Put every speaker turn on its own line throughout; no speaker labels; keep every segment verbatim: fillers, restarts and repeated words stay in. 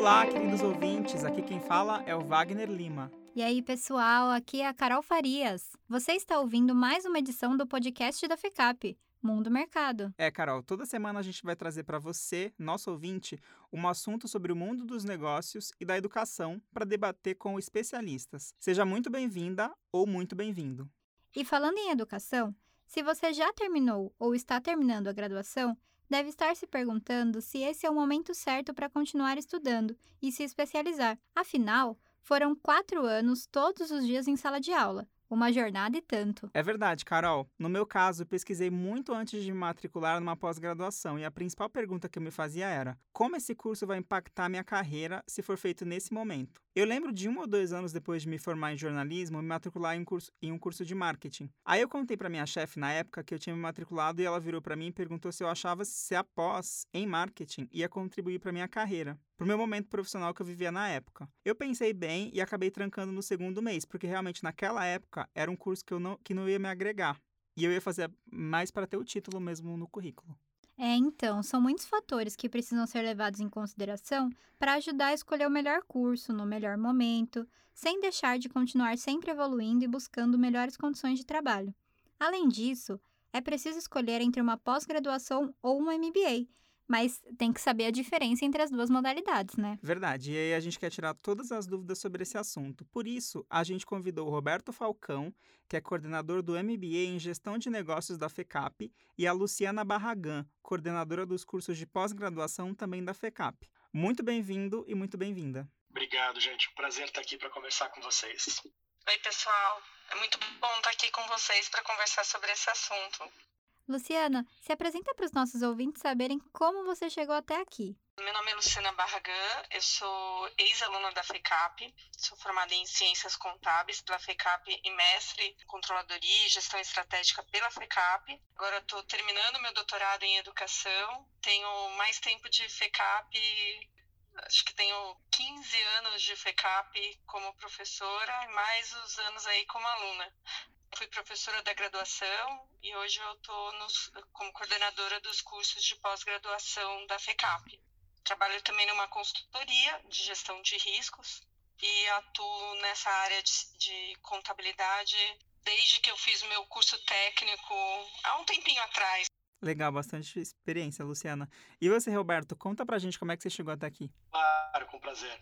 Olá, queridos ouvintes, aqui quem fala é o Wagner Lima.
E aí, pessoal, aqui é a Carol Farias. Você está ouvindo mais uma edição do podcast da FECAP, Mundo Mercado.
É, Carol, toda semana a gente vai trazer para você, nosso ouvinte, um assunto sobre o mundo dos negócios e da educação para debater com especialistas. Seja muito bem-vinda ou muito bem-vindo.
E falando em educação, se você já terminou ou está terminando a graduação, deve estar se perguntando se esse é o momento certo para continuar estudando e se especializar. Afinal, foram quatro anos todos os dias em sala de aula, uma jornada e tanto.
É verdade, Carol. No meu caso, eu pesquisei muito antes de me matricular numa pós-graduação e a principal pergunta que eu me fazia era: como esse curso vai impactar minha carreira se for feito nesse momento? Eu lembro de um ou dois anos depois de me formar em jornalismo, me matricular em um curso, em um curso de marketing. Aí eu contei para minha chefe na época que eu tinha me matriculado e ela virou para mim e perguntou se eu achava se a pós em marketing ia contribuir para minha carreira, pro meu momento profissional que eu vivia na época. Eu pensei bem e acabei trancando no segundo mês, porque realmente naquela época era um curso que, eu não, que não ia me agregar. E eu ia fazer mais para ter o título mesmo no currículo.
É, então, são muitos fatores que precisam ser levados em consideração para ajudar a escolher o melhor curso, no melhor momento, sem deixar de continuar sempre evoluindo e buscando melhores condições de trabalho. Além disso, é preciso escolher entre uma pós-graduação ou um M B A, mas tem que saber a diferença entre as duas modalidades, né?
Verdade, e aí a gente quer tirar todas as dúvidas sobre esse assunto. Por isso, a gente convidou o Roberto Falcão, que é coordenador do M B A em Gestão de Negócios da FECAP, e a Luciana Barragan, coordenadora dos cursos de pós-graduação também da FECAP. Muito bem-vindo e muito bem-vinda.
Obrigado, gente. Prazer estar aqui para conversar com vocês.
Oi, pessoal. É muito bom estar aqui com vocês para conversar sobre esse assunto.
Luciana, se apresenta para os nossos ouvintes saberem como você chegou até aqui.
Meu nome é Luciana Barragan, eu sou ex-aluna da FECAP, sou formada em Ciências Contábeis pela FECAP e mestre em Controladoria e Gestão Estratégica pela FECAP. Agora estou terminando meu doutorado em Educação, tenho mais tempo de FECAP, acho que tenho quinze anos de FECAP como professora e mais os anos aí como aluna. Fui professora da graduação e hoje eu estou como coordenadora dos cursos de pós-graduação da FECAP. Trabalho também numa consultoria de gestão de riscos e atuo nessa área de, de contabilidade desde que eu fiz o meu curso técnico há um tempinho atrás.
Legal, bastante experiência, Luciana. E você, Roberto, conta pra gente como é que você chegou até aqui.
Claro, com prazer.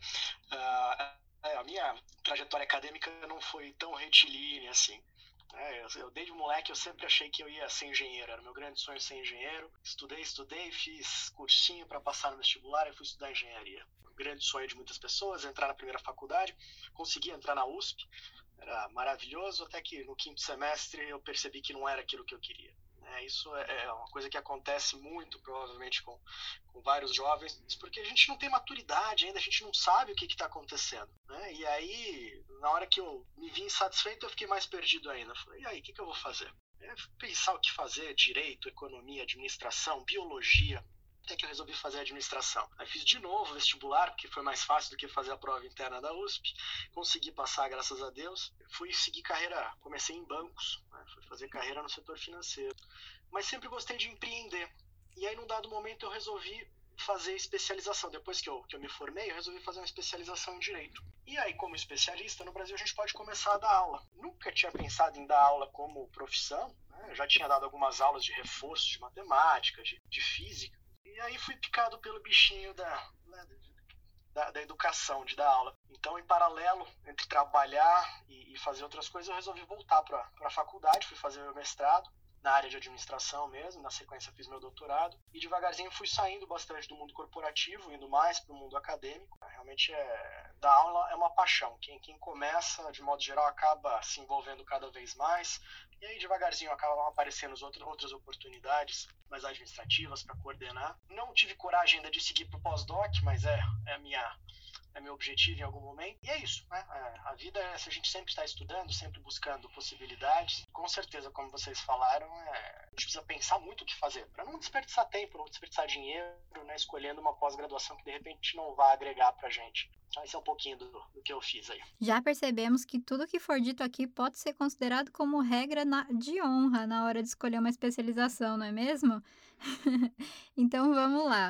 Uh, a minha trajetória acadêmica não foi tão retilínea assim. É, eu, eu, desde moleque eu sempre achei que eu ia ser engenheiro, era meu grande sonho ser engenheiro. Estudei, estudei, fiz cursinho para passar no vestibular e fui estudar engenharia. O grande sonho de muitas pessoas, entrar na primeira faculdade, consegui entrar na U S P, era maravilhoso, até que no quinto semestre eu percebi que não era aquilo que eu queria. É, isso é uma coisa que acontece muito, provavelmente, com, com vários jovens, porque a gente não tem maturidade ainda, a gente não sabe o que está acontecendo. Né? E aí, na hora que eu me vi insatisfeito, eu fiquei mais perdido ainda. Falei, e aí, o que, que eu vou fazer? É pensar o que fazer, direito, economia, administração, biologia. Até que eu resolvi fazer administração. Aí fiz de novo vestibular, porque foi mais fácil do que fazer a prova interna da U S P. Consegui passar, graças a Deus. Fui seguir carreira, comecei em bancos, né? Fui fazer carreira no setor financeiro. Mas sempre gostei de empreender. E aí, num dado momento, eu resolvi fazer especialização. Depois que eu, que eu me formei, eu resolvi fazer uma especialização em Direito. E aí, como especialista, no Brasil a gente pode começar a dar aula. Nunca tinha pensado em dar aula como profissão, né? Eu já tinha dado algumas aulas de reforço de matemática, de, de física. E aí fui picado pelo bichinho da, né, da, da educação, de dar aula. Então, em paralelo entre trabalhar e, e fazer outras coisas, eu resolvi voltar para a faculdade, fui fazer meu mestrado na área de administração mesmo, na sequência fiz meu doutorado, e devagarzinho fui saindo bastante do mundo corporativo, indo mais para o mundo acadêmico. Realmente, é, dar aula é uma paixão. Quem, quem começa, de modo geral, acaba se envolvendo cada vez mais, e aí devagarzinho acabam aparecendo outras, outras oportunidades mais administrativas para coordenar. Não tive coragem ainda de seguir para o pós-doc, mas é, é a minha... é meu objetivo em algum momento. E é isso, né? A vida é se a gente sempre está estudando, sempre buscando possibilidades. Com certeza, como vocês falaram, é... a gente precisa pensar muito o que fazer, para não desperdiçar tempo, não desperdiçar dinheiro, né? Escolhendo uma pós-graduação que de repente não vai agregar para a gente. Esse é um pouquinho do, do que eu fiz aí.
Já percebemos que tudo que for dito aqui pode ser considerado como regra na, de honra na hora de escolher uma especialização, não é mesmo? Então vamos lá.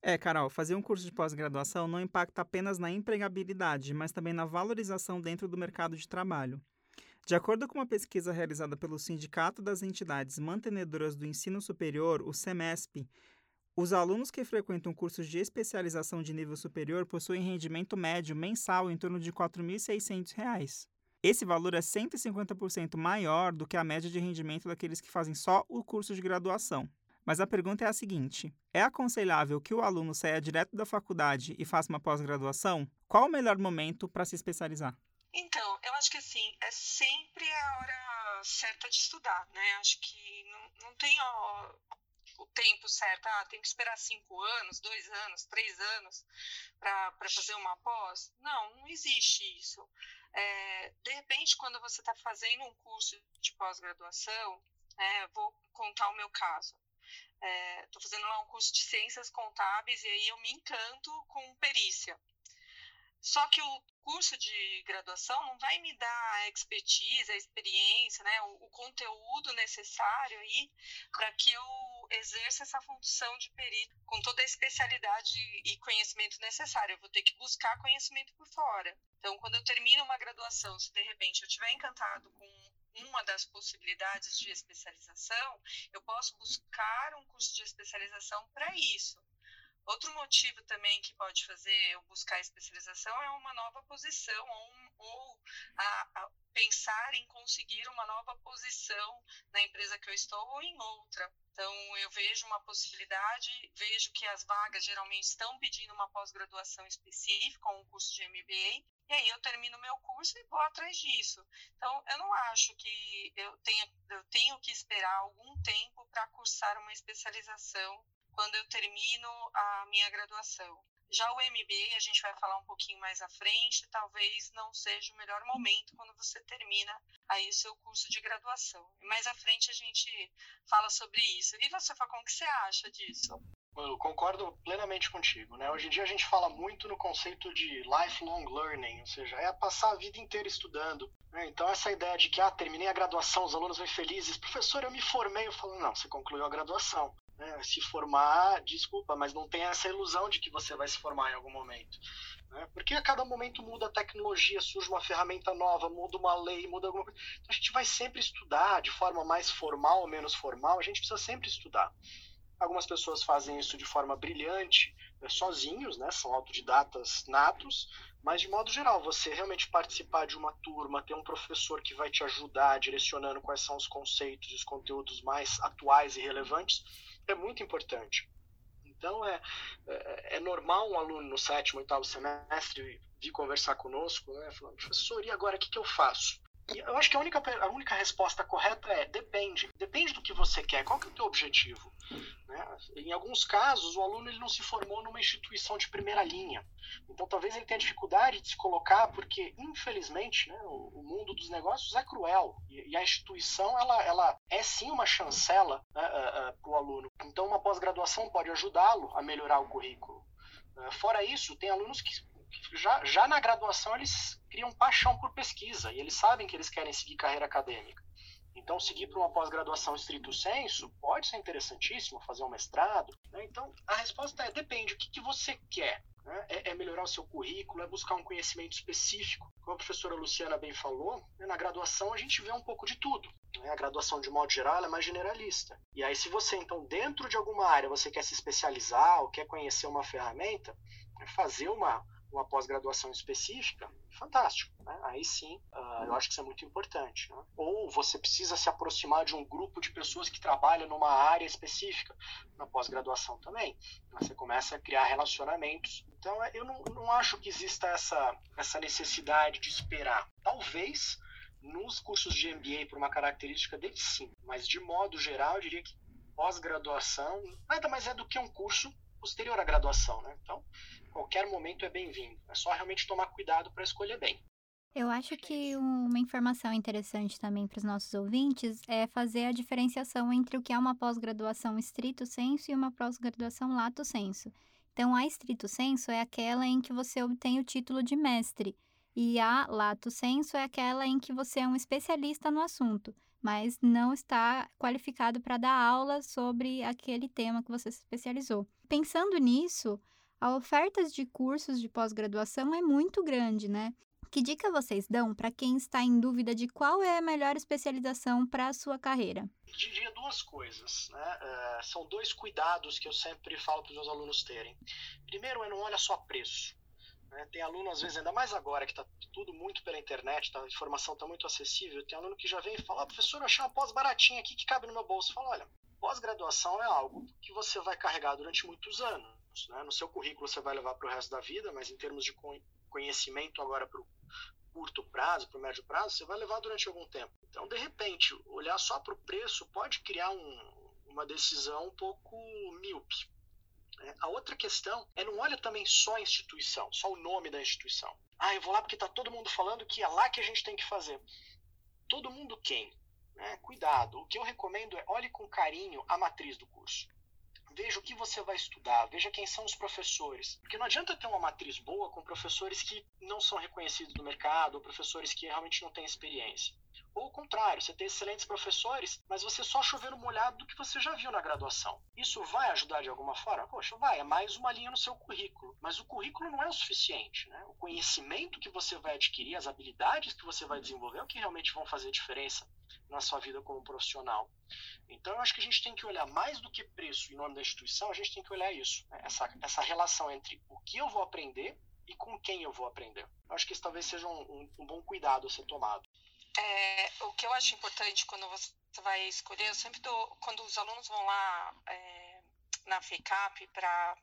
É, Carol, fazer um curso de pós-graduação não impacta apenas na empregabilidade, mas também na valorização dentro do mercado de trabalho. De acordo com uma pesquisa realizada pelo Sindicato das Entidades Mantenedoras do Ensino Superior, o SEMESP, os alunos que frequentam cursos de especialização de nível superior possuem rendimento médio mensal em torno de quatro mil e seiscentos reais. Esse valor é cento e cinquenta por cento maior do que a média de rendimento daqueles que fazem só o curso de graduação. Mas a pergunta é a seguinte: é aconselhável que o aluno saia direto da faculdade e faça uma pós-graduação? Qual o melhor momento para se especializar?
Então, eu acho que assim, é sempre a hora certa de estudar, né? Acho que não, não tem ó, o tempo certo, ah, tem que esperar cinco anos, dois anos, três anos para fazer uma pós. Não, não existe isso. É, de repente, quando você está fazendo um curso de pós-graduação, é, vou contar o meu caso. Estou é, fazendo lá um curso de ciências contábeis e aí eu me encanto com perícia. Só que o curso de graduação não vai me dar a expertise, a experiência, né, o, o conteúdo necessário aí para que eu exerça essa função de perito com toda a especialidade e conhecimento necessário. Eu vou ter que buscar conhecimento por fora. Então, quando eu termino uma graduação, se de repente eu estiver encantado com uma das possibilidades de especialização, eu posso buscar um curso de especialização para isso. Outro motivo também que pode fazer eu buscar especialização é uma nova posição ou, ou a, a pensar em conseguir uma nova posição na empresa que eu estou ou em outra. Então, eu vejo uma possibilidade, vejo que as vagas geralmente estão pedindo uma pós-graduação específica ou um curso de M B A, e aí eu termino meu curso e vou atrás disso. Então, eu não acho que eu tenha, eu tenho que esperar algum tempo para cursar uma especialização quando eu termino a minha graduação. Já o M B A, a gente vai falar um pouquinho mais à frente, talvez não seja o melhor momento quando você termina aí o seu curso de graduação. Mais à frente a gente fala sobre isso. E você, Facon, o que você acha disso?
Eu concordo plenamente contigo, né? Hoje em dia a gente fala muito no conceito de lifelong learning, ou seja, é passar a vida inteira estudando, né? Então essa ideia de que, ah, terminei a graduação, os alunos vão felizes, professor, eu me formei, eu falo, não, você concluiu a graduação. Né? Se formar, desculpa, mas não tem essa ilusão de que você vai se formar em algum momento. Né? Porque a cada momento muda a tecnologia, surge uma ferramenta nova, muda uma lei, muda alguma coisa. Então a gente vai sempre estudar de forma mais formal ou menos formal, a gente precisa sempre estudar. Algumas pessoas fazem isso de forma brilhante, né, sozinhos, né, são autodidatas natos, mas de modo geral, você realmente participar de uma turma, ter um professor que vai te ajudar direcionando quais são os conceitos e os conteúdos mais atuais e relevantes, é muito importante. Então, é, é, é normal um aluno no sétimo, oitavo semestre vir conversar conosco, né, falando, professor, e agora o que, que eu faço? E eu acho que a única, a única resposta correta é depende. Depende do que você quer. Qual que é o teu objetivo? Né? Em alguns casos, o aluno ele não se formou numa instituição de primeira linha. Então, talvez ele tenha dificuldade de se colocar, porque, infelizmente, né, o, o mundo dos negócios é cruel. E, e a instituição ela, ela é, sim, uma chancela, né, uh, uh, para o aluno. Então, uma pós-graduação pode ajudá-lo a melhorar o currículo. Uh, fora isso, tem alunos que Já, já na graduação eles criam paixão por pesquisa e eles sabem que eles querem seguir carreira acadêmica. Então, seguir para uma pós-graduação estrito sensu pode ser interessantíssimo, fazer um mestrado. Né? Então, a resposta é depende. O que, que você quer? Né? É, é melhorar o seu currículo, é buscar um conhecimento específico. Como a professora Luciana bem falou, né, na graduação a gente vê um pouco de tudo. Né? A graduação, de modo geral, é mais generalista. E aí, se você, então, dentro de alguma área, você quer se especializar ou quer conhecer uma ferramenta, né, fazer uma... uma pós-graduação específica, fantástico. Né? Aí sim, uh, eu acho que isso é muito importante. Né? Ou você precisa se aproximar de um grupo de pessoas que trabalham numa área específica, na pós-graduação também. Você começa a criar relacionamentos. Então, eu não, não acho que exista essa, essa necessidade de esperar. Talvez, nos cursos de M B A, por uma característica dele, sim. Mas, de modo geral, eu diria que pós-graduação nada mais é do que um curso posterior à graduação. Né? Então, qualquer momento é bem-vindo. É só realmente tomar cuidado para escolher bem.
Eu acho que uma informação interessante também para os nossos ouvintes é fazer a diferenciação entre o que é uma pós-graduação stricto sensu e uma pós-graduação lato sensu. Então, a stricto sensu é aquela em que você obtém o título de mestre e a lato sensu é aquela em que você é um especialista no assunto. mas não está qualificado para dar aula sobre aquele tema que você se especializou. Pensando nisso, a oferta de cursos de pós-graduação é muito grande, né? Que dica vocês dão para quem está em dúvida de qual é a melhor especialização para a sua carreira?
Eu diria duas coisas, né? Uh, são dois cuidados que eu sempre falo para os meus alunos terem. Primeiro é não olha só preço. Né? Tem aluno, às vezes, ainda mais agora, que está tudo muito pela internet, tá? A informação está muito acessível, tem aluno que já vem e fala, ah, professor, eu achei uma pós baratinha aqui que cabe no meu bolso. Fala, olha, pós-graduação é algo que você vai carregar durante muitos anos. Né? No seu currículo você vai levar para o resto da vida, mas em termos de conhecimento agora para o curto prazo, para o médio prazo, você vai levar durante algum tempo. Então, de repente, olhar só para o preço pode criar um, uma decisão um pouco míope. Né? A outra questão é não olha também só a instituição, só o nome da instituição. Ah, eu vou lá porque está todo mundo falando que é lá que a gente tem que fazer. Todo mundo quem? Né? Cuidado. O que eu recomendo é olhe com carinho a matriz do curso. Veja o que você vai estudar, veja quem são os professores. Porque não adianta ter uma matriz boa com professores que não são reconhecidos no mercado, ou professores que realmente não têm experiência. Ou o contrário, você tem excelentes professores, mas você só choveu no molhado do que você já viu na graduação. Isso vai ajudar de alguma forma? Poxa, vai, é mais uma linha no seu currículo. Mas o currículo não é o suficiente. Né? O conhecimento que você vai adquirir, as habilidades que você vai desenvolver é o que realmente vão fazer diferença na sua vida como profissional. Então, eu acho que a gente tem que olhar mais do que preço em nome da instituição, a gente tem que olhar isso, né? essa, essa relação entre o que eu vou aprender e com quem eu vou aprender. Eu acho que isso talvez seja um, um, um bom cuidado a ser tomado.
É, o que eu acho importante quando você vai escolher, eu sempre dou, quando os alunos vão lá é, na FECAP, para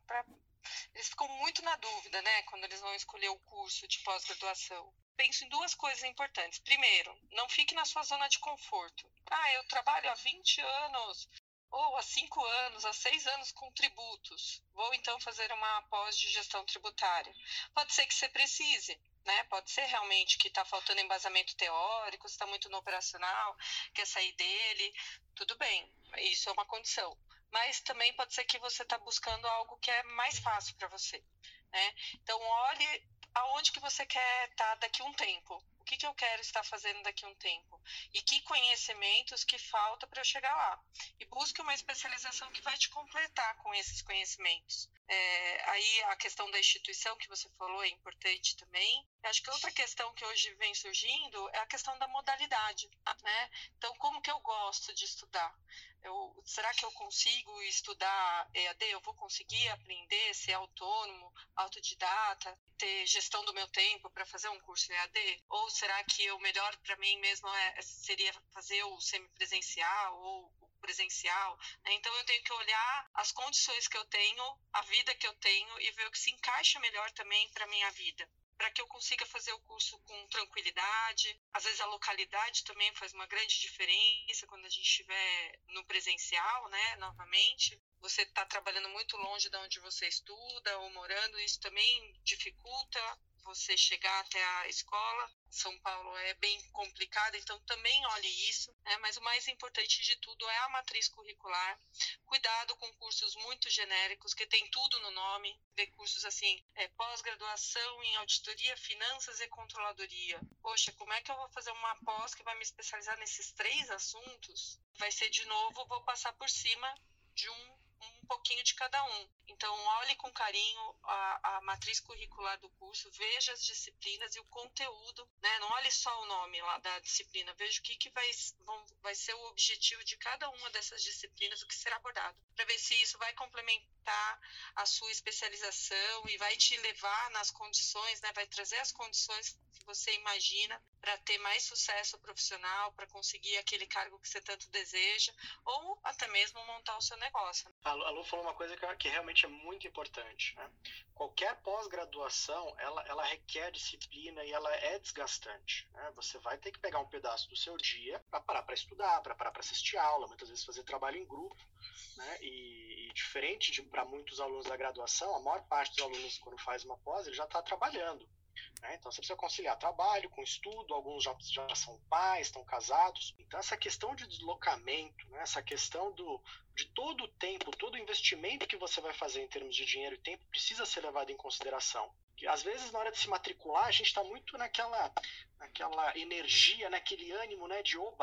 eles ficam muito na dúvida, né, quando eles vão escolher o curso de pós-graduação. Penso em duas coisas importantes. Primeiro, não fique na sua zona de conforto. Ah, eu trabalho há vinte anos, ou há cinco anos, há seis anos com tributos. Vou então fazer uma pós de gestão tributária. Pode ser que você precise, né? Pode ser realmente que está faltando embasamento teórico, está muito no operacional, quer sair dele, tudo bem, isso é uma condição. Mas também pode ser que você está buscando algo que é mais fácil para você, né? Então, olhe aonde que você quer estar daqui a um tempo. O que, que eu quero estar fazendo daqui a um tempo? E que conhecimentos que falta para eu chegar lá? E busque uma especialização que vai te completar com esses conhecimentos. É, aí a questão da instituição que você falou é importante também. Acho que outra questão que hoje vem surgindo é a questão da modalidade, né? Então, como que eu gosto de estudar? Eu, será que eu consigo estudar E A D? Eu vou conseguir aprender, ser autônomo, autodidata, ter gestão do meu tempo para fazer um curso em E A D? Ou será que o melhor para mim mesmo é, seria fazer o semipresencial ou o presencial? Então, eu tenho que olhar as condições que eu tenho, a vida que eu tenho e ver o que se encaixa melhor também para a minha vida, para que eu consiga fazer o curso com tranquilidade. Às vezes a localidade também faz uma grande diferença quando a gente estiver no presencial, né, novamente. Você está trabalhando muito longe de onde você estuda ou morando, isso também dificulta você chegar até a escola. São Paulo é bem complicado, então também olhe isso, né? Mas o mais importante de tudo é a matriz curricular. Cuidado com cursos muito genéricos, que tem tudo no nome. Ver cursos assim, é, pós-graduação em auditoria, finanças e controladoria. Poxa, como é que eu vou fazer uma pós que vai me especializar nesses três assuntos? Vai ser de novo, vou passar por cima de um um pouquinho de cada um. Então, olhe com carinho a, a matriz curricular do curso, veja as disciplinas e o conteúdo, né? Não olhe só o nome lá da disciplina, veja o que, que vai, vão, vai ser o objetivo de cada uma dessas disciplinas, o que será abordado, para ver se isso vai complementar a sua especialização e vai te levar nas condições, né? Vai trazer as condições que você imagina para ter mais sucesso profissional, para conseguir aquele cargo que você tanto deseja, ou até mesmo montar o seu negócio.
A Lu falou uma coisa que, que realmente é muito importante, né? Qualquer pós-graduação, ela, ela requer disciplina e ela é desgastante, né? Você vai ter que pegar um pedaço do seu dia para parar para estudar, para parar para assistir aula, muitas vezes fazer trabalho em grupo, né? E, e diferente de para muitos alunos da graduação, a maior parte dos alunos, quando faz uma pós, ele já está trabalhando. Então, você precisa conciliar trabalho com estudo, alguns já, já são pais, estão casados. Então, essa questão de deslocamento, né, essa questão do, de todo o tempo, todo o investimento que você vai fazer em termos de dinheiro e tempo precisa ser levado em consideração. Porque, às vezes, na hora de se matricular, a gente está muito naquela, naquela energia, naquele ânimo, né, de oba,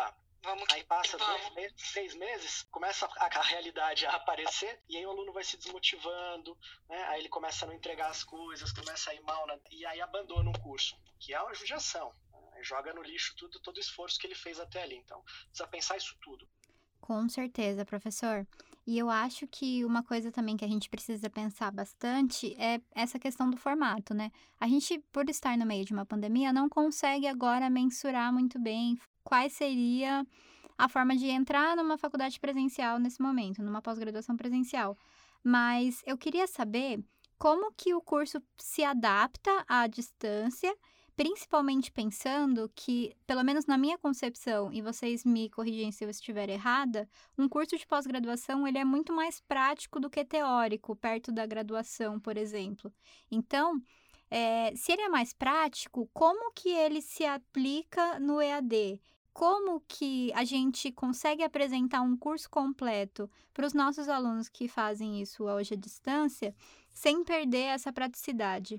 Vamos
Aí passa
vamos.
dois meses, seis meses, começa a, a realidade a aparecer, e aí o aluno vai se desmotivando, né? Aí ele começa a não entregar as coisas, começa a ir mal, na... e aí abandona o curso, que é uma judiação. Né? Joga no lixo tudo, todo o esforço que ele fez até ali. Então, precisa pensar isso tudo.
Com certeza, professor. E eu acho que uma coisa também que a gente precisa pensar bastante é essa questão do formato, né? A gente, por estar no meio de uma pandemia, não consegue agora mensurar muito bem quais seria a forma de entrar numa faculdade presencial nesse momento, numa pós-graduação presencial. Mas eu queria saber como que o curso se adapta à distância, principalmente pensando que, pelo menos na minha concepção, e vocês me corrigem se eu estiver errada, um curso de pós-graduação ele é muito mais prático do que teórico, perto da graduação, por exemplo. Então, eh, se ele é mais prático, como que ele se aplica no E A D? Como que a gente consegue apresentar um curso completo para os nossos alunos que fazem isso hoje à distância, sem perder essa praticidade?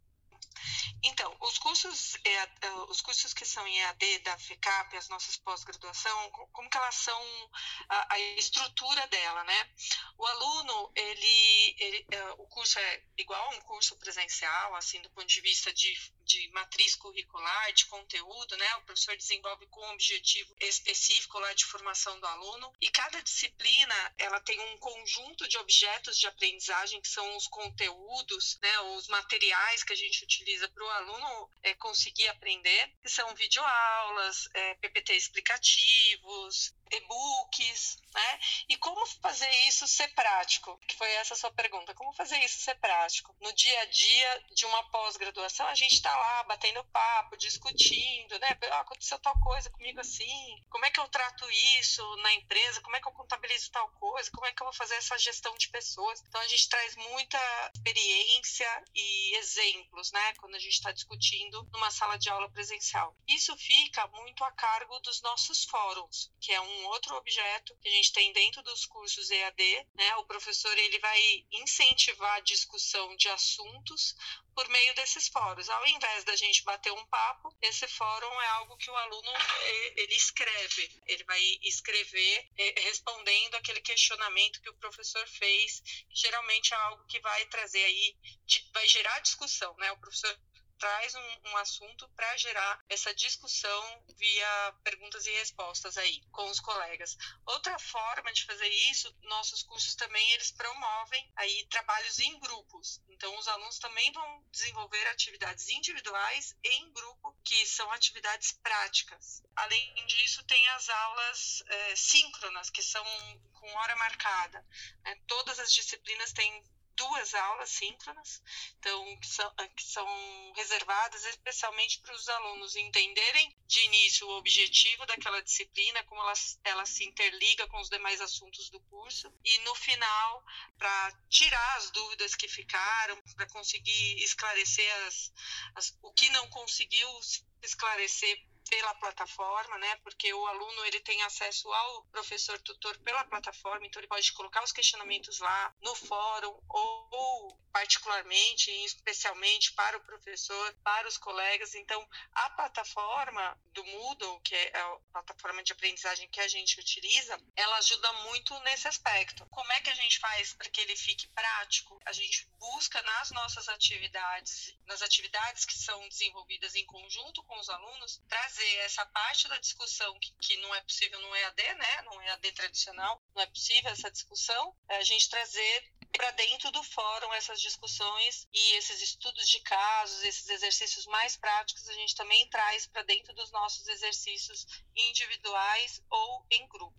Então, os cursos, E A D, os cursos que são em E A D da FECAP, as nossas pós-graduação, como que elas são, a, a estrutura dela, né? O aluno, ele, ele, o curso é igual a um curso presencial, assim, do ponto de vista de, de matriz curricular, de conteúdo, né? O professor desenvolve com um objetivo específico lá de formação do aluno, e cada disciplina, ela tem um conjunto de objetos de aprendizagem, que são os conteúdos, né? Os materiais que a gente utiliza para o aluno é, conseguir aprender, que são videoaulas, é, P P T explicativos, e-books, né? E como fazer isso ser prático? Que foi essa a sua pergunta. Como fazer isso ser prático? No dia a dia de uma pós-graduação, a gente está lá batendo papo, discutindo, né? Ah, aconteceu tal coisa comigo assim, como é que eu trato isso na empresa, como é que eu contabilizo tal coisa, como é que eu vou fazer essa gestão de pessoas. Então, a gente traz muita experiência e exemplos, né? Quando a gente está discutindo numa sala de aula presencial. Isso fica muito a cargo dos nossos fóruns, que é um outro objeto que a gente tem dentro dos cursos E A D, né? O professor ele vai incentivar a discussão de assuntos por meio desses fóruns. Ao invés da gente bater um papo, esse fórum é algo que o aluno ele escreve. Ele vai escrever respondendo aquele questionamento que o professor fez. Geralmente é algo que vai trazer aí, vai gerar discussão, né? O professor traz um, um assunto para gerar essa discussão via perguntas e respostas aí com os colegas. Outra forma de fazer isso, nossos cursos também eles promovem aí trabalhos em grupos. Então os alunos também vão desenvolver atividades individuais e em grupo, que são atividades práticas. Além disso, tem as aulas é, síncronas, que são com hora marcada. Né? Todas as disciplinas têm duas aulas síncronas, então, que são, que são reservadas especialmente para os alunos entenderem de início o objetivo daquela disciplina, como ela, ela se interliga com os demais assuntos do curso, e no final, para tirar as dúvidas que ficaram, para conseguir esclarecer as, as, o que não conseguiu esclarecer pela plataforma, né? Porque o aluno ele tem acesso ao professor tutor pela plataforma, então ele pode colocar os questionamentos lá no fórum ou, ou particularmente, especialmente para o professor, para os colegas. Então, a plataforma do Moodle, que é a plataforma de aprendizagem que a gente utiliza, ela ajuda muito nesse aspecto. Como é que a gente faz para que ele fique prático? A gente busca nas nossas atividades, nas atividades que são desenvolvidas em conjunto com os alunos, trazer essa parte da discussão que, que não é possível no E A D, né? No E A D tradicional, não é possível essa discussão, a gente trazer para dentro do fórum essas discussões e esses estudos de casos, esses exercícios mais práticos, a gente também traz para dentro dos nossos exercícios individuais ou em grupo.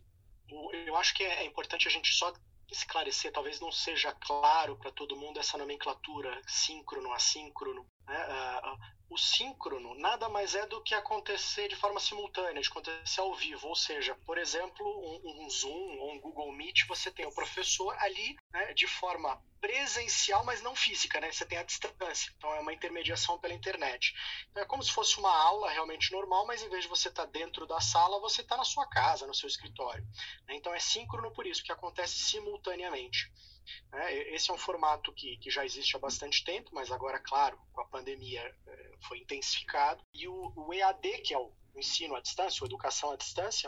Eu acho que é importante a gente só esclarecer, talvez não seja claro para todo mundo essa nomenclatura síncrono, assíncrono, né? O síncrono nada mais é do que acontecer de forma simultânea, de acontecer ao vivo, ou seja, por exemplo, um, um Zoom ou um Google Meet, você tem o professor ali, né, de forma presencial, mas não física, né? Você tem a distância, então é uma intermediação pela internet. Então é como se fosse uma aula realmente normal, mas em vez de você estar dentro da sala, você está na sua casa, no seu escritório. Então é síncrono por isso, que acontece simultaneamente. Esse é um formato que, que já existe há bastante tempo, mas agora, claro, com a pandemia foi intensificado. E o, o E A D, que é o ensino à distância, ou educação à distância,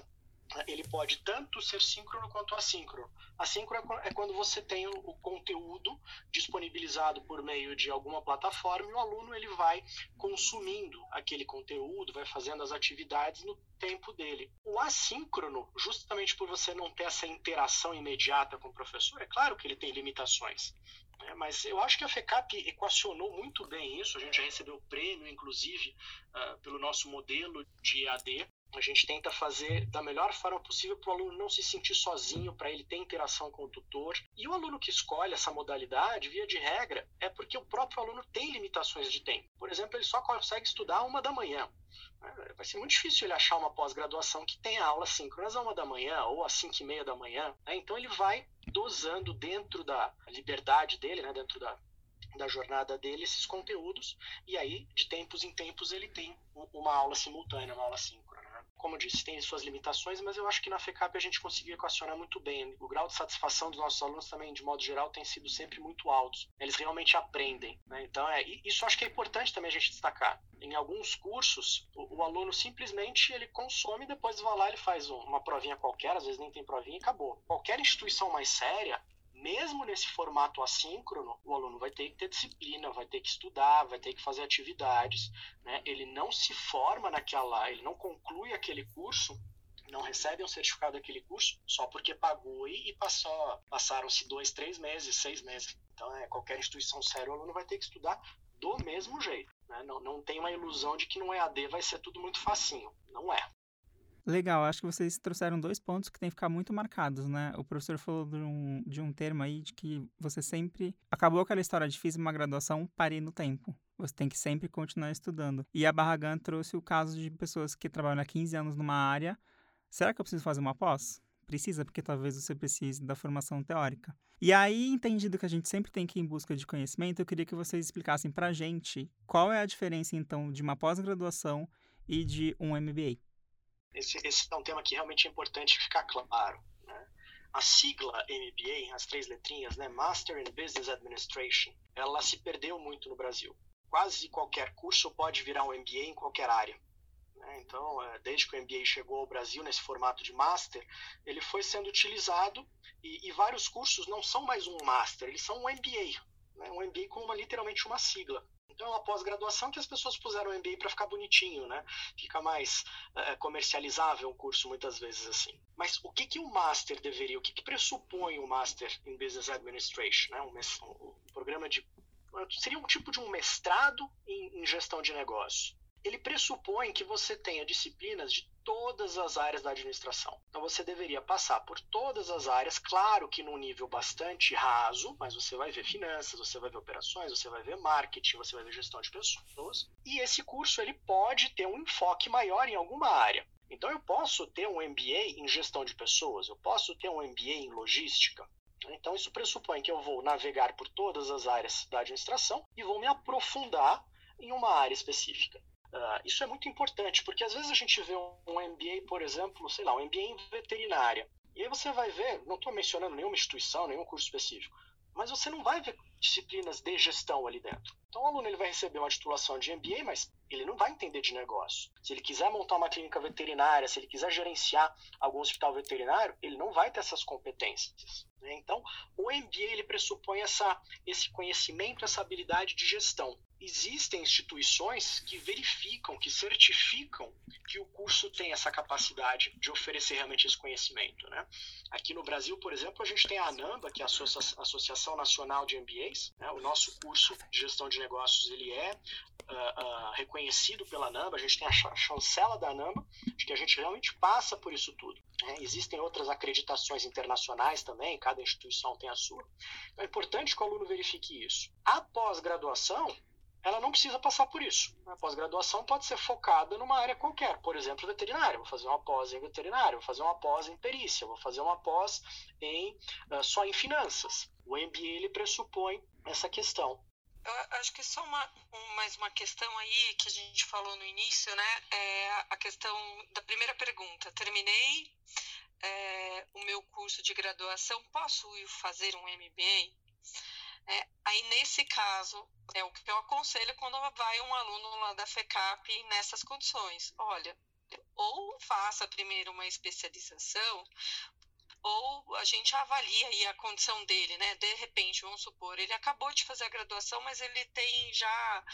ele pode tanto ser síncrono quanto assíncrono. Assíncrono é quando você tem o conteúdo disponibilizado por meio de alguma plataforma e o aluno ele vai consumindo aquele conteúdo, vai fazendo as atividades no tempo dele. O assíncrono, justamente por você não ter essa interação imediata com o professor, é claro que ele tem limitações. É, mas eu acho que a FECAP equacionou muito bem isso. A gente já recebeu prêmio, inclusive, uh, pelo nosso modelo de E A D. A gente tenta fazer da melhor forma possível para o aluno não se sentir sozinho, para ele ter interação com o tutor. E o aluno que escolhe essa modalidade, via de regra, é porque o próprio aluno tem limitações de tempo. Por exemplo, ele só consegue estudar uma da manhã. Vai ser muito difícil ele achar uma pós-graduação que tenha aulas síncronas a uma da manhã ou às cinco e meia da manhã. Então ele vai dosando dentro da liberdade dele, né, dentro da, da jornada dele, esses conteúdos. E aí, de tempos em tempos, ele tem uma aula simultânea, uma aula síncrona. Como eu disse, tem suas limitações, mas eu acho que na FECAP a gente conseguiu equacionar muito bem. O grau de satisfação dos nossos alunos também, de modo geral, tem sido sempre muito alto. Eles realmente aprendem, né? Então, é, isso acho que é importante também a gente destacar. Em alguns cursos, o, o aluno simplesmente ele consome e depois vai lá, ele faz uma provinha qualquer, às vezes nem tem provinha e acabou. Qualquer instituição mais séria, mesmo nesse formato assíncrono, o aluno vai ter que ter disciplina, vai ter que estudar, vai ter que fazer atividades, né? Ele não se forma naquela, ele não conclui aquele curso, não recebe um certificado daquele curso só porque pagou e, e passou, passaram-se dois, três meses, seis meses. Então, é, qualquer instituição séria, o aluno vai ter que estudar do mesmo jeito, né? Não, não tem uma ilusão de que no E A D vai ser tudo muito facinho. Não é.
Legal, acho que vocês trouxeram dois pontos que tem que ficar muito marcados, né? O professor falou de um, de um termo aí de que você sempre... Acabou aquela história de fiz uma graduação, parei no tempo. Você tem que sempre continuar estudando. E a Barragan trouxe o caso de pessoas que trabalham há quinze anos numa área. Será que eu preciso fazer uma pós? Precisa, porque talvez você precise da formação teórica. E aí, entendido que a gente sempre tem que ir em busca de conhecimento, eu queria que vocês explicassem pra gente qual é a diferença, então, de uma pós-graduação e de um M B A.
Esse, esse é um tema que realmente é importante ficar claro, né? A sigla M B A, as três letrinhas, né, Master in Business Administration, ela se perdeu muito no Brasil. Quase qualquer curso pode virar um M B A em qualquer área. Né? Então, desde que o M B A chegou ao Brasil nesse formato de Master, ele foi sendo utilizado e, e vários cursos não são mais um Master, eles são um M B A. Né? Um M B A com uma, literalmente uma sigla. Então, é uma pós-graduação que as pessoas puseram o M B A para ficar bonitinho, né? Fica mais uh, comercializável o curso, muitas vezes assim. Mas o que, que o Master deveria, o que, que pressupõe o Master in Business Administration? Né? Um, um, um programa de... Seria um tipo de um mestrado em, em gestão de negócios. Ele pressupõe que você tenha disciplinas de todas as áreas da administração. Então, você deveria passar por todas as áreas, claro que num nível bastante raso, mas você vai ver finanças, você vai ver operações, você vai ver marketing, você vai ver gestão de pessoas. E esse curso ele pode ter um enfoque maior em alguma área. Então, eu posso ter um M B A em gestão de pessoas, eu posso ter um M B A em logística. Então, isso pressupõe que eu vou navegar por todas as áreas da administração e vou me aprofundar em uma área específica. Uh, isso é muito importante, porque às vezes a gente vê um M B A, por exemplo, sei lá, um M B A em veterinária. E aí você vai ver, não estou mencionando nenhuma instituição, nenhum curso específico, mas você não vai ver disciplinas de gestão ali dentro. Então o aluno ele vai receber uma titulação de M B A, mas ele não vai entender de negócio. Se ele quiser montar uma clínica veterinária, se ele quiser gerenciar algum hospital veterinário, ele não vai ter essas competências. Né? Então o M B A ele pressupõe essa, esse conhecimento, essa habilidade de gestão. Existem instituições que verificam, que certificam que o curso tem essa capacidade de oferecer realmente esse conhecimento. Né? Aqui no Brasil, por exemplo, a gente tem a ANAMBA, que é a Associação Nacional de M B As. Né? O nosso curso de gestão de negócios ele é uh, uh, reconhecido pela ANAMBA, a gente tem a chancela da ANAMBA, de que a gente realmente passa por isso tudo. Né? Existem outras acreditações internacionais também, cada instituição tem a sua. Então é importante que o aluno verifique isso. A pós-graduação, ela não precisa passar por isso. A pós-graduação pode ser focada numa área qualquer, por exemplo, veterinária. Vou fazer uma pós em veterinária, vou fazer uma pós em perícia, vou fazer uma pós em, uh, só em finanças. O M B A ele pressupõe essa questão.
Eu acho que só uma, mais uma questão aí que a gente falou no início, né? É a questão da primeira pergunta. Terminei é, o meu curso de graduação, posso ir fazer um M B A? É, aí, nesse caso, é o que eu aconselho quando vai um aluno lá da FECAP nessas condições. Olha, ou faça primeiro uma especialização, ou a gente avalia aí a condição dele, né? De repente, vamos supor, ele acabou de fazer a graduação, mas ele tem já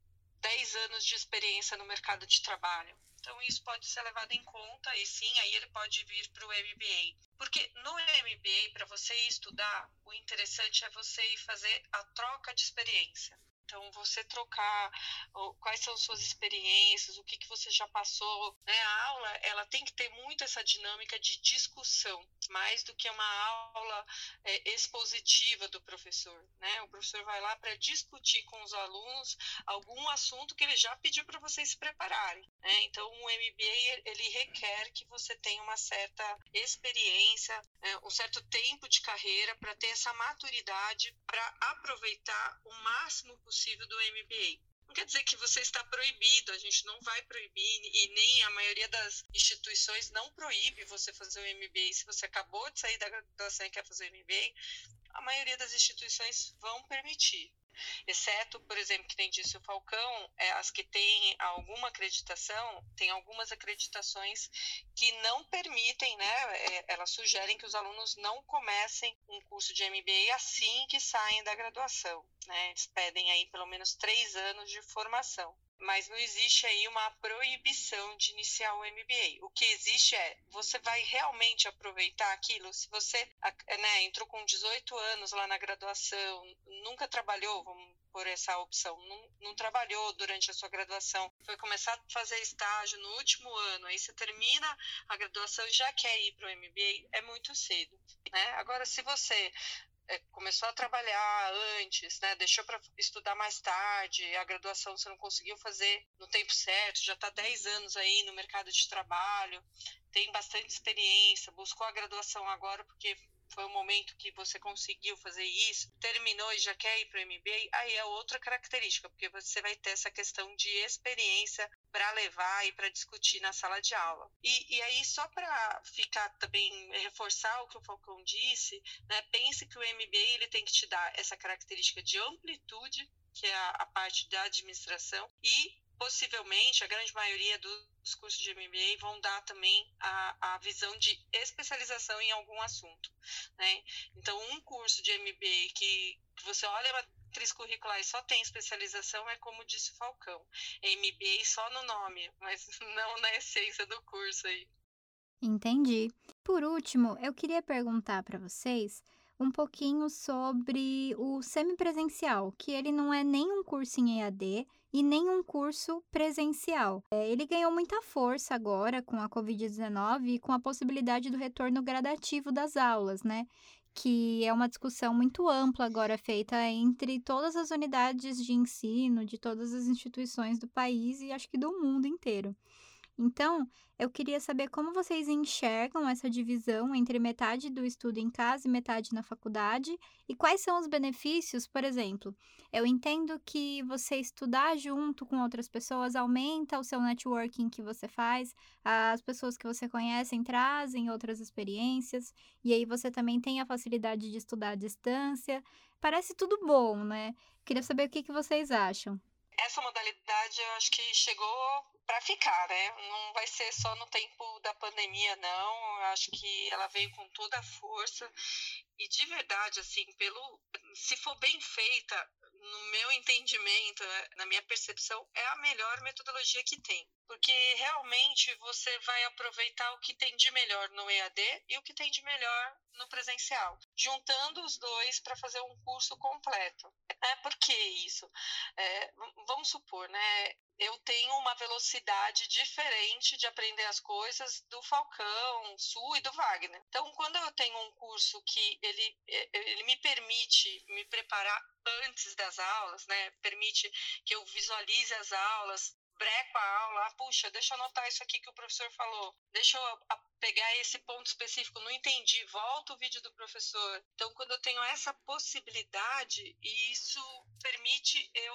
dez anos de experiência no mercado de trabalho. Então, isso pode ser levado em conta e sim, aí ele pode vir para o M B A. Porque no M B A, para você estudar, o interessante é você ir fazer a troca de experiência. Então, você trocar quais são suas experiências, o que, que você já passou. Né? A aula ela tem que ter muito essa dinâmica de discussão, mais do que uma aula é, expositiva do professor. Né? O professor vai lá para discutir com os alunos algum assunto que ele já pediu para vocês se prepararem. Né? Então, o M B A ele requer que você tenha uma certa experiência, é, um certo tempo de carreira para ter essa maturidade para aproveitar o máximo possível do M B A. Não quer dizer que você está proibido, a gente não vai proibir e nem a maioria das instituições não proíbe você fazer o M B A. Se você acabou de sair da graduação e quer fazer o M B A, a maioria das instituições vão permitir. Exceto, por exemplo, que nem disse o Falcão, é, as que têm alguma acreditação, tem algumas acreditações que não permitem, né, é, elas sugerem que os alunos não comecem um curso de M B A assim que saem da graduação, né, eles pedem aí pelo menos três anos de formação. Mas não existe aí uma proibição de iniciar o M B A. O que existe é, você vai realmente aproveitar aquilo? Se você, né, entrou com dezoito anos lá na graduação, nunca trabalhou, vamos por essa opção, não, não trabalhou durante a sua graduação, foi começar a fazer estágio no último ano, aí você termina a graduação e já quer ir para o M B A, é muito cedo. Né? Agora, se você É, começou a trabalhar antes, né, deixou para estudar mais tarde, a graduação você não conseguiu fazer no tempo certo, já está dez anos aí no mercado de trabalho, tem bastante experiência, buscou a graduação agora porque foi o momento que você conseguiu fazer isso, terminou e já quer ir para o M B A, aí é outra característica, porque você vai ter essa questão de experiência para levar e para discutir na sala de aula. E, e aí, só para ficar também, reforçar o que o Falcão disse, né, pense que o M B A ele tem que te dar essa característica de amplitude, que é a, a parte da administração, e possivelmente a grande maioria dos cursos de M B A vão dar também a, a visão de especialização em algum assunto. Né? Então, um curso de M B A que, que você olha a matriz curricular e só tem especialização é como disse o Falcão, M B A só no nome, mas não na essência do curso aí.
Entendi. Por último, eu queria perguntar para vocês um pouquinho sobre o semipresencial, que ele não é nem um curso em E A D e nem um curso presencial. É, ele ganhou muita força agora com a covid dezenove e com a possibilidade do retorno gradativo das aulas, né? Que é uma discussão muito ampla agora feita entre todas as unidades de ensino, de todas as instituições do país e acho que do mundo inteiro. Então, eu queria saber como vocês enxergam essa divisão entre metade do estudo em casa e metade na faculdade e quais são os benefícios, por exemplo. Eu entendo que você estudar junto com outras pessoas aumenta o seu networking que você faz, as pessoas que você conhece trazem outras experiências e aí você também tem a facilidade de estudar à distância. Parece tudo bom, né? Queria saber o que, que vocês acham.
Essa modalidade eu acho que chegou para ficar, né? Não vai ser só no tempo da pandemia, não. Eu acho que ela veio com toda a força e de verdade, assim, pelo, se for bem feita, no meu entendimento, na minha percepção, é a melhor metodologia que tem. Porque realmente você vai aproveitar o que tem de melhor no E A D e o que tem de melhor no presencial, juntando os dois para fazer um curso completo. É, por que isso? É, vamos supor, né? Eu tenho uma velocidade diferente de aprender as coisas do Falcão, Su e do Wagner. Então, quando eu tenho um curso que ele, ele me permite me preparar antes das aulas, né? Permite que eu visualize as aulas, breco a aula, ah, puxa, deixa eu anotar isso aqui que o professor falou, deixa eu pegar esse ponto específico, não entendi, volta o vídeo do professor. Então, quando eu tenho essa possibilidade, isso permite eu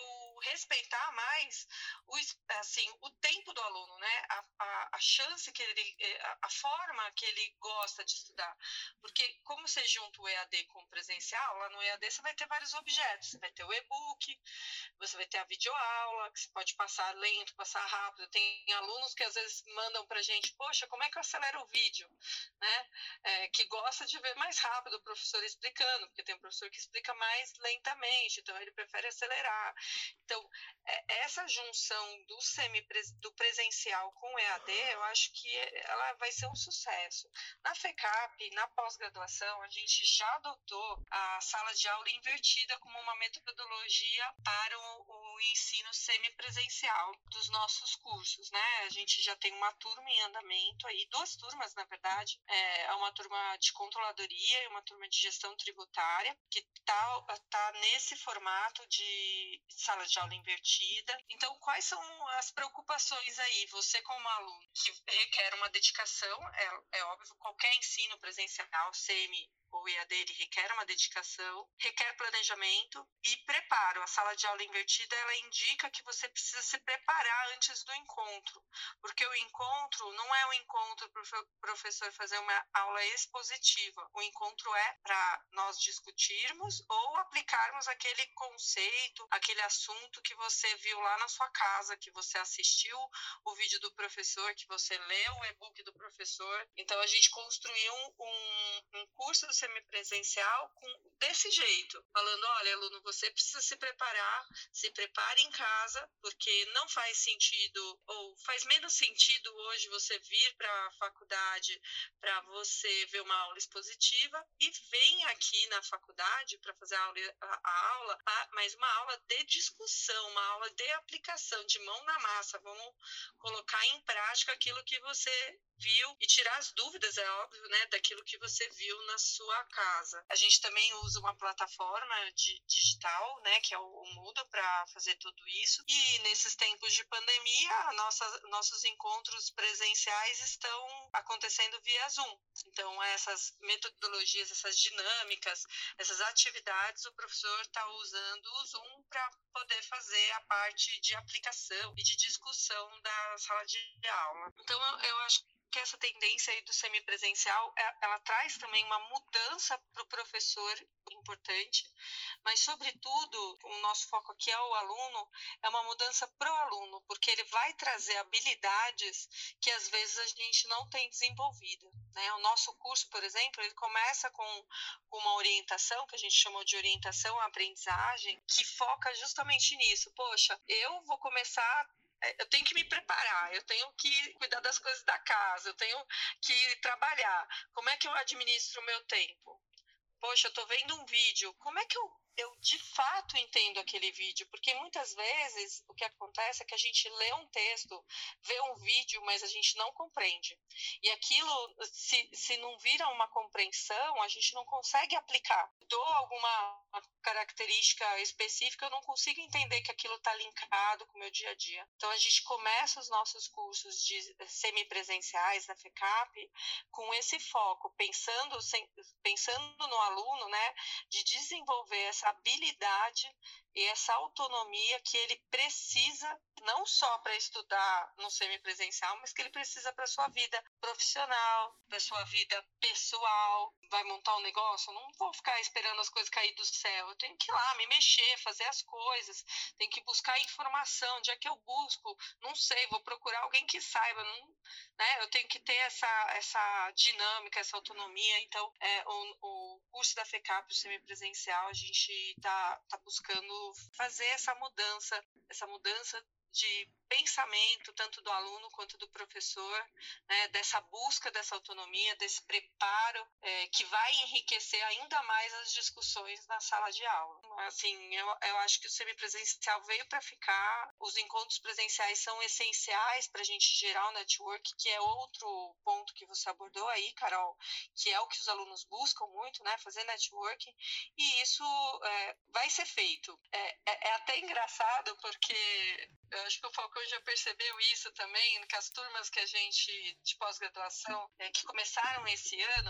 respeitar mais o, assim, o tempo do aluno, né? A, a, a chance que ele, a, a forma que ele gosta de estudar. Porque como você junta o E A D com o presencial, lá no E A D você vai ter vários objetos. Você vai ter o e-book, você vai ter a videoaula, que você pode passar lento, passar rápido. Tem alunos que às vezes mandam pra gente, poxa, como é que eu acelero o vídeo? Né? É, que gosta de ver mais rápido o professor explicando, porque tem um professor que explica mais lentamente, então ele prefere acelerar. Então, essa junção do, semi do presencial com o E A D, eu acho que ela vai ser um sucesso. Na FECAP, na pós-graduação, a gente já adotou a sala de aula invertida como uma metodologia para o, o ensino semipresencial dos nossos cursos, né? A gente já tem uma turma em andamento aí, duas turmas, na verdade, é uma turma de controladoria e uma turma de gestão tributária, que está tá nesse formato de sala de aula invertida. Então, quais são as preocupações aí? Você, como aluno, que requer uma dedicação, é, é óbvio, qualquer ensino presencial, semi ou E A D, ele requer uma dedicação, requer planejamento e preparo. A sala de aula invertida, ela indica que você precisa se preparar antes do encontro, porque o encontro não é um encontro para o professor fazer uma aula expositiva. O encontro é para nós discutirmos ou aplicarmos aquele conceito, aquele assunto que você viu lá na sua casa, que você assistiu o vídeo do professor, que você leu o e-book do professor. Então, a gente construiu um, um curso semipresencial com, desse jeito, falando, olha, aluno, você precisa se preparar, se prepare em casa, porque não faz sentido, ou faz menos sentido hoje você vir para a faculdade para você ver uma aula expositiva e vem aqui na faculdade para fazer a aula, a, a aula, mas uma aula de discussão, uma aula de aplicação, de mão na massa, vamos colocar em prática aquilo que você viu e tirar as dúvidas, é óbvio, né, daquilo que você viu na sua casa. A gente também usa uma plataforma de, digital, né, que é o, o Moodle, para fazer tudo isso. E nesses tempos de pandemia, nossa, nossos encontros presenciais estão acontecendo via Zoom. Então, essas metodologias, essas dinâmicas, essas atividades, o professor está usando o Zoom para poder fazer a parte de aplicação e de discussão da sala de aula. Então, eu, eu acho que essa tendência aí do semipresencial, ela traz também uma mudança para o professor importante, mas, sobretudo, o nosso foco aqui é o aluno, é uma mudança para o aluno, porque ele vai trazer habilidades que, às vezes, a gente não tem desenvolvida, né? O nosso curso, por exemplo, ele começa com uma orientação, que a gente chamou de orientação à aprendizagem, que foca justamente nisso. Poxa, eu vou começar... eu tenho que me preparar, eu tenho que cuidar das coisas da casa, eu tenho que trabalhar. Como é que eu administro o meu tempo? Poxa, eu estou vendo um vídeo, como é que eu, eu de fato entendo aquele vídeo? Porque muitas vezes o que acontece é que a gente lê um texto, vê um vídeo, mas a gente não compreende. E aquilo, se, se não vira uma compreensão, a gente não consegue aplicar. Dou alguma característica específica, eu não consigo entender que aquilo está linkado com o meu dia a dia. Então, a gente começa os nossos cursos de semipresenciais da FECAP com esse foco, pensando, pensando no aluno, né, de desenvolver essa habilidade e essa autonomia que ele precisa, não só para estudar no semipresencial, mas que ele precisa para a sua vida profissional, para a sua vida pessoal. Vai montar um negócio? Eu não vou ficar esperando as coisas cair do céu. Eu tenho que ir lá, me mexer, fazer as coisas. Tenho que buscar informação. Onde é que eu busco? Não sei, vou procurar alguém que saiba. Não, né? Eu tenho que ter essa, essa dinâmica, essa autonomia. Então, é, o, o curso da FECAP, o semipresencial, a gente está tá buscando fazer essa mudança, essa mudança de pensamento, tanto do aluno quanto do professor, né, dessa busca dessa autonomia, desse preparo, é, que vai enriquecer ainda mais as discussões na sala de aula. Assim, eu, eu acho que o semipresencial veio para ficar, os encontros presenciais são essenciais para a gente gerar o network, que é outro ponto que você abordou aí, Carol, que é o que os alunos buscam muito, né, fazer networking, e isso é, vai ser feito. É, é, é até engraçado, porque eu acho que o Falcão já percebeu isso também, que as turmas que a gente, de pós-graduação, é, que começaram esse ano,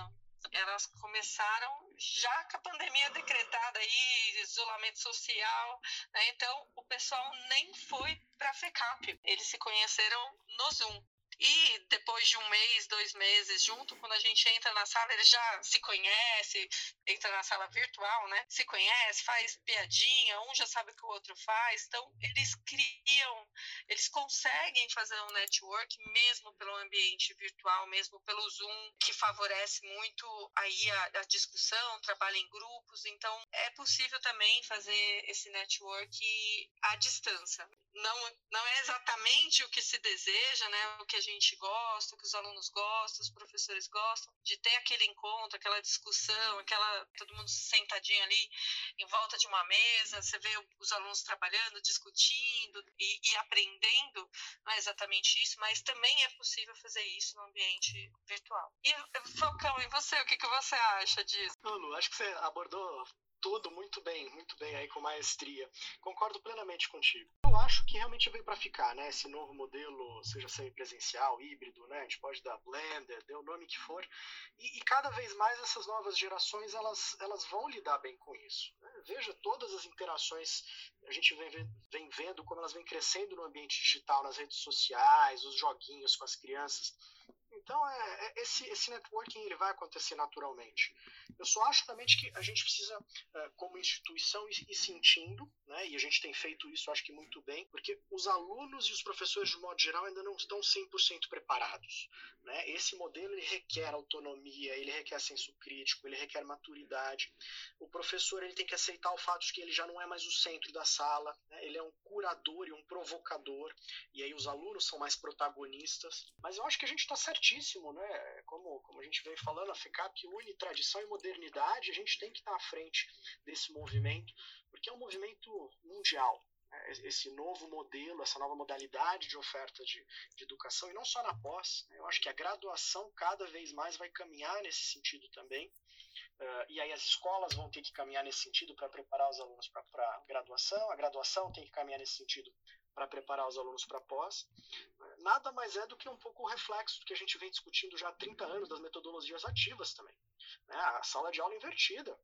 elas começaram já com a pandemia decretada aí, isolamento social, né? Então o pessoal nem foi para a FECAP, eles se conheceram no Zoom. E depois de um mês, dois meses junto, quando a gente entra na sala, eles já se conhecem, entra na sala virtual, né? Se conhece, faz piadinha, um já sabe o que o outro faz. Então, eles criam, eles conseguem fazer um network mesmo pelo ambiente virtual, mesmo pelo Zoom, que favorece muito aí a, a discussão, trabalho em grupos. Então, é possível também fazer esse network à distância. Não, não é exatamente o que se deseja, né? O que a gente gosta, o que os alunos gostam, os professores gostam, de ter aquele encontro, aquela discussão, aquela todo mundo sentadinho ali em volta de uma mesa, você vê os alunos trabalhando, discutindo e, e aprendendo, não é exatamente isso, mas também é possível fazer isso no ambiente virtual. E, Falcão, e você, o que, que você acha disso?
Não, Lu, acho que você abordou tudo muito bem, muito bem aí com maestria. Concordo plenamente contigo. Eu acho que realmente veio para ficar, né? Esse novo modelo, seja semipresencial, híbrido, né? A gente pode dar blender, dê o nome que for. E, e cada vez mais essas novas gerações, elas, elas vão lidar bem com isso. Né? Veja todas as interações, a gente vem, vem vendo como elas vêm crescendo no ambiente digital, nas redes sociais, os joguinhos com as crianças. Então, é, é, esse, esse networking ele vai acontecer naturalmente. Eu só acho também que a gente precisa, como instituição, ir sentindo, né, e a gente tem feito isso, acho que muito bem, porque os alunos e os professores, de modo geral, ainda não estão cem por cento preparados. Né? Esse modelo ele requer autonomia, ele requer senso crítico, ele requer maturidade. O professor ele tem que aceitar o fato de que ele já não é mais o centro da sala, né? Ele é um curador e um provocador, e aí os alunos são mais protagonistas. Mas eu acho que a gente está certíssimo, né? Como, como a gente vem falando, a FECAP une tradição e modernidade, a gente tem que estar à frente desse movimento, porque é um movimento mundial. Esse novo modelo, essa nova modalidade de oferta de, de educação, e não só na pós, né? Eu acho que a graduação cada vez mais vai caminhar nesse sentido também, uh, e aí as escolas vão ter que caminhar nesse sentido para preparar os alunos para a graduação, a graduação tem que caminhar nesse sentido para preparar os alunos para pós. Nada mais é do que um pouco o reflexo do que a gente vem discutindo já há trinta anos das metodologias ativas também, né? A sala de aula invertida,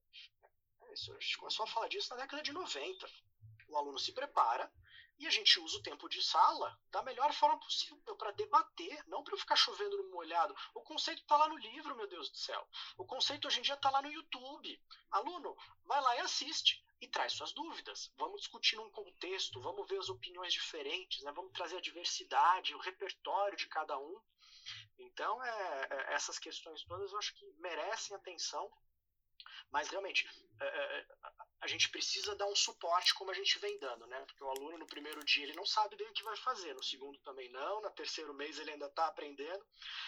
isso, a gente começou a falar disso na década de noventa. O aluno se prepara e a gente usa o tempo de sala da melhor forma possível para debater, não para ficar chovendo no molhado. O conceito está lá no livro, meu Deus do céu. O conceito hoje em dia está lá no YouTube. Aluno, vai lá e assiste e traz suas dúvidas. Vamos discutir num contexto, vamos ver as opiniões diferentes, né? Vamos trazer a diversidade, o repertório de cada um. Então, é, é, essas questões todas eu acho que merecem atenção. Mas, realmente, é, a gente precisa dar um suporte como a gente vem dando, né? Porque o aluno, no primeiro dia, ele não sabe bem o que vai fazer. No segundo também não. No terceiro mês, ele ainda está aprendendo.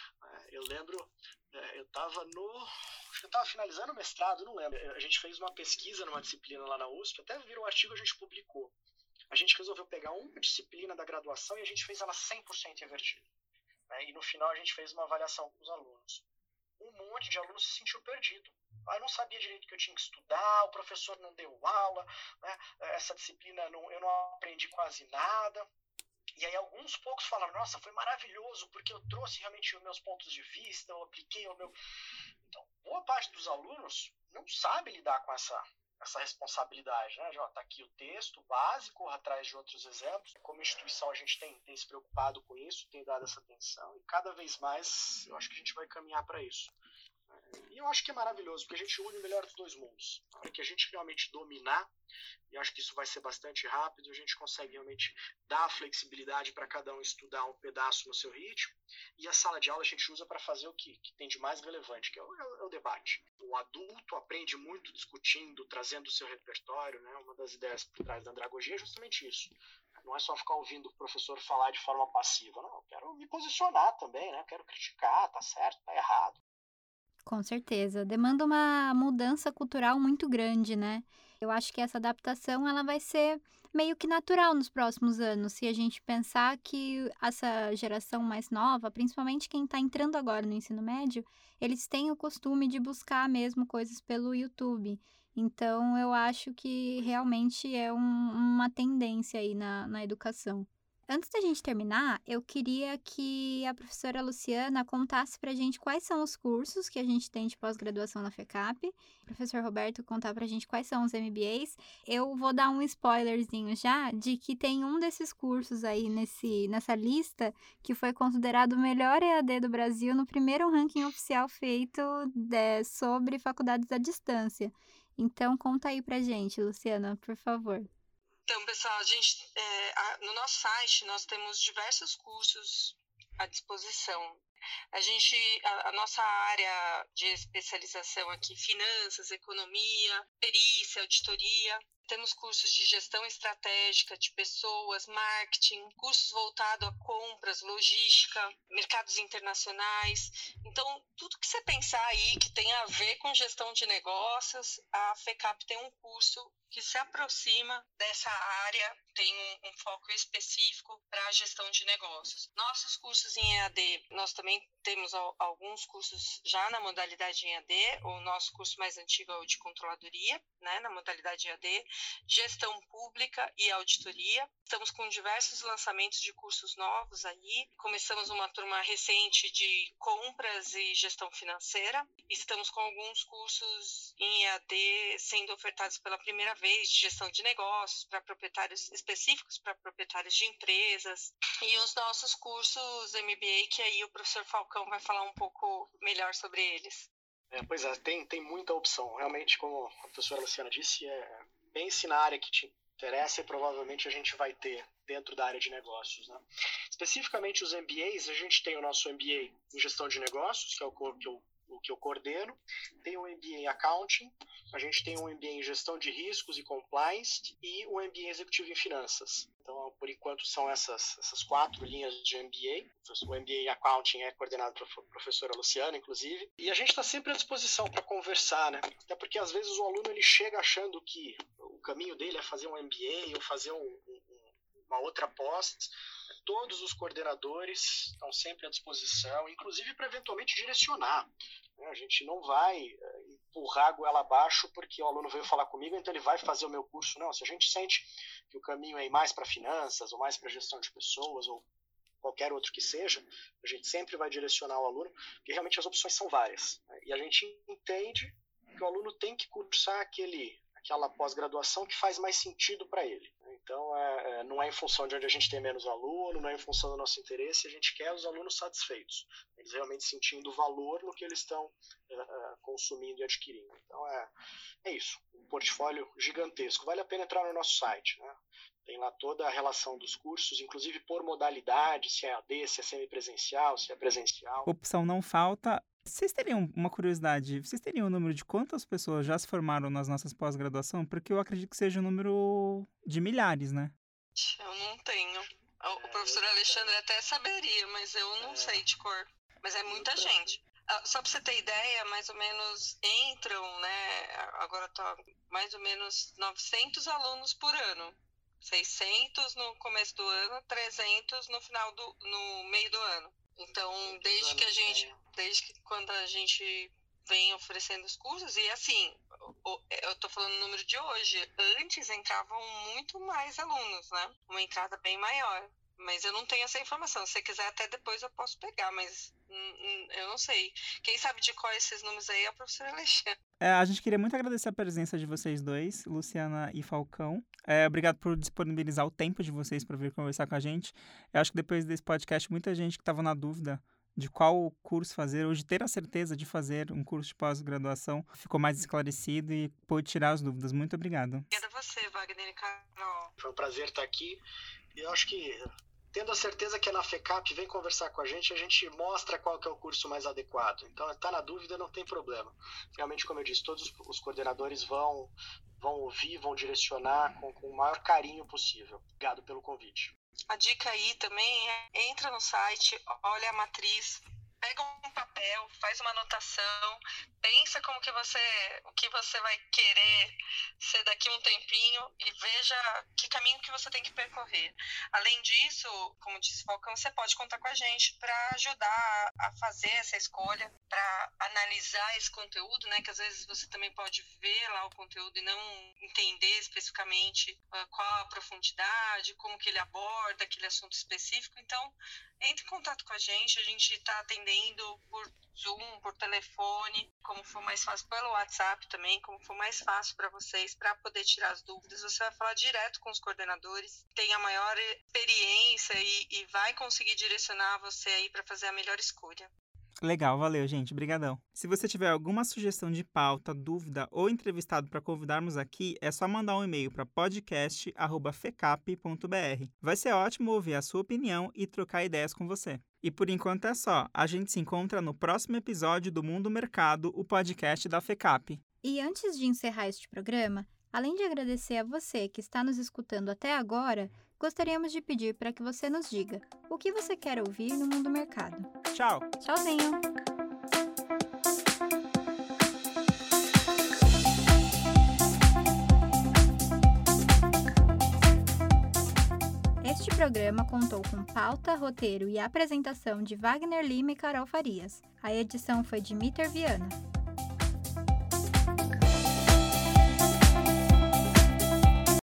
Eu lembro, eu estava no... Acho que eu estava finalizando o mestrado, não lembro. A gente fez uma pesquisa numa disciplina lá na U S P, até virou um artigo, a gente publicou. A gente resolveu pegar uma disciplina da graduação e a gente fez ela cem por cento invertida. E, no final, a gente fez uma avaliação com os alunos. Um monte de alunos se sentiu perdido. Ah, eu não sabia direito que eu tinha que estudar, o professor não deu aula, né? Essa disciplina não, eu não aprendi quase nada. E aí alguns poucos falaram, nossa, foi maravilhoso, porque eu trouxe realmente os meus pontos de vista, eu apliquei o meu... Então, boa parte dos alunos não sabe lidar com essa, essa responsabilidade, né? Já está aqui o texto básico, corra atrás de outros exemplos. Como instituição, a gente tem, tem se preocupado com isso, tem dado essa atenção, e cada vez mais eu acho que a gente vai caminhar para isso. E eu acho que é maravilhoso, porque a gente une o melhor dos dois mundos. Na hora que a gente realmente dominar, e acho que isso vai ser bastante rápido, a gente consegue realmente dar a flexibilidade para cada um estudar um pedaço no seu ritmo, e a sala de aula a gente usa para fazer o que, que tem de mais relevante, que é o, é o debate. O adulto aprende muito discutindo, trazendo o seu repertório, né? Uma das ideias por trás da andragogia é justamente isso. Não é só ficar ouvindo o professor falar de forma passiva, não, eu quero me posicionar também, né? Eu quero criticar, tá certo, tá errado.
Com certeza, demanda uma mudança cultural muito grande, né? Eu acho que essa adaptação ela vai ser meio que natural nos próximos anos, se a gente pensar que essa geração mais nova, principalmente quem está entrando agora no ensino médio, eles têm o costume de buscar mesmo coisas pelo YouTube. Então, eu acho que realmente é um, uma tendência aí na, na educação. Antes da gente terminar, eu queria que a professora Luciana contasse pra gente quais são os cursos que a gente tem de pós-graduação na FECAP, o professor Roberto contar pra gente quais são os M B As. Eu vou dar um spoilerzinho já de que tem um desses cursos aí nesse, nessa lista que foi considerado o melhor E A D do Brasil no primeiro ranking oficial feito é, sobre faculdades à distância. Então, conta aí pra gente, Luciana, por favor.
Então, pessoal, a gente, é, a, no nosso site nós temos diversos cursos à disposição. A gente, a, a nossa área de especialização aqui, finanças, economia, perícia, auditoria. Temos cursos de gestão estratégica de pessoas, marketing, cursos voltados a compras, logística, mercados internacionais. Então, tudo que você pensar aí que tem a ver com gestão de negócios, a FECAP tem um curso que se aproxima dessa área, tem um, um foco específico para a gestão de negócios. Nossos cursos em E A D, nós também temos alguns cursos já na modalidade em E A D, o nosso curso mais antigo é o de controladoria, né, na modalidade E A D, gestão pública e auditoria. Estamos com diversos lançamentos de cursos novos aí. Começamos uma turma recente de compras e gestão financeira. Estamos com alguns cursos em E A D sendo ofertados pela primeira vez, de gestão de negócios para proprietários específicos, para proprietários de empresas. E os nossos cursos M B A, que aí o professor Falcão vai falar um pouco melhor sobre eles.
É, pois é, tem, tem muita opção. Realmente, como a professora Luciana disse, é, pense na área que te interessa e provavelmente a gente vai ter dentro da área de negócios, né? Especificamente os M B As, a gente tem o nosso M B A em gestão de negócios, que é o que eu, o que eu coordeno, tem o M B A em accounting, a gente tem um M B A em gestão de riscos e compliance e o M B A executivo em finanças. Então, por enquanto, são essas, essas quatro linhas de M B A. O M B A em accounting é coordenado pela professora Luciana, inclusive. E a gente está sempre à disposição para conversar, né? Até porque, às vezes, o aluno ele chega achando que o caminho dele é fazer um M B A ou fazer um, um, uma outra pós. Todos os coordenadores estão sempre à disposição, inclusive para eventualmente direcionar. A gente não vai empurrar a goela abaixo porque o aluno veio falar comigo, então ele vai fazer o meu curso. Não, se a gente sente que o caminho é ir mais para finanças, ou mais para gestão de pessoas, ou qualquer outro que seja, a gente sempre vai direcionar o aluno, porque realmente as opções são várias. E a gente entende que o aluno tem que cursar aquele, aquela pós-graduação que faz mais sentido para ele. Então, é, é, não é em função de onde a gente tem menos aluno, não é em função do nosso interesse, a gente quer os alunos satisfeitos, eles realmente sentindo valor no que eles estão é, é, consumindo e adquirindo. Então, é, é isso, um portfólio gigantesco. Vale a pena entrar no nosso site, né? Tem lá toda a relação dos cursos, inclusive por modalidade, se é A D, se é semipresencial, se é presencial.
Opção não falta. Vocês teriam uma curiosidade, vocês teriam um número de quantas pessoas já se formaram nas nossas pós-graduação? Porque eu acredito que seja um número de milhares, né?
Eu não tenho. O é, professor Alexandre até saberia, mas eu não é. sei de cor. Mas é muita gente. Só para você ter ideia, mais ou menos entram, né? Agora tá mais ou menos novecentos alunos por ano. seiscentos no começo do ano, trezentos no final do no meio do ano. Então, desde que a gente, desde que quando a gente vem oferecendo os cursos, e assim, eu tô falando o número de hoje, antes entravam muito mais alunos, né? Uma entrada bem maior. Mas eu não tenho essa informação. Se você quiser, até depois eu posso pegar, mas hum, eu não sei. Quem sabe de qual esses números aí é a professora Alexandre.
É, a gente queria muito agradecer a presença de vocês dois, Luciana e Falcão. É, obrigado por disponibilizar o tempo de vocês para vir conversar com a gente. Eu acho que depois desse podcast, muita gente que estava na dúvida de qual curso fazer, ou de ter a certeza de fazer um curso de pós-graduação, ficou mais esclarecido e pôde tirar as dúvidas. Muito obrigado.
Obrigada a você, Wagner e Carol.
Foi um prazer estar aqui. E eu acho que, tendo a certeza que é na FECAP, vem conversar com a gente, a gente mostra qual que é o curso mais adequado. Então, está na dúvida, não tem problema. Realmente, como eu disse, todos os coordenadores vão, vão ouvir, vão direcionar com, com o maior carinho possível. Obrigado pelo convite.
A dica aí também é, entra no site, olha a matriz, pega um papel, faz uma anotação, pensa como que você, o que você vai querer ser daqui a um tempinho e veja que caminho que você tem que percorrer. Além disso, como disse Falcão, você pode contar com a gente para ajudar a fazer essa escolha, para analisar esse conteúdo, né? Que às vezes você também pode ver lá o conteúdo e não entender especificamente uh, qual a profundidade, como que ele aborda aquele assunto específico. Então, entre em contato com a gente, a gente está atendendo por Zoom, por telefone, como for mais fácil, pelo WhatsApp também, como for mais fácil para vocês, para poder tirar as dúvidas. Você vai falar direto com os coordenadores, tem a maior experiência e, e vai conseguir direcionar você aí para fazer a melhor escolha.
Legal, valeu, gente. Brigadão. Se você tiver alguma sugestão de pauta, dúvida ou entrevistado para convidarmos aqui, é só mandar um e-mail para podcast arroba fecap ponto b r. Vai ser ótimo ouvir a sua opinião e trocar ideias com você. E por enquanto é só. A gente se encontra no próximo episódio do Mundo Mercado, o podcast da FECAP.
E antes de encerrar este programa, além de agradecer a você que está nos escutando até agora, gostaríamos de pedir para que você nos diga o que você quer ouvir no Mundo Mercado.
Tchau!
Tchauzinho! Este programa contou com pauta, roteiro e apresentação de Wagner Lima e Carol Farias. A edição foi de Miter Viana.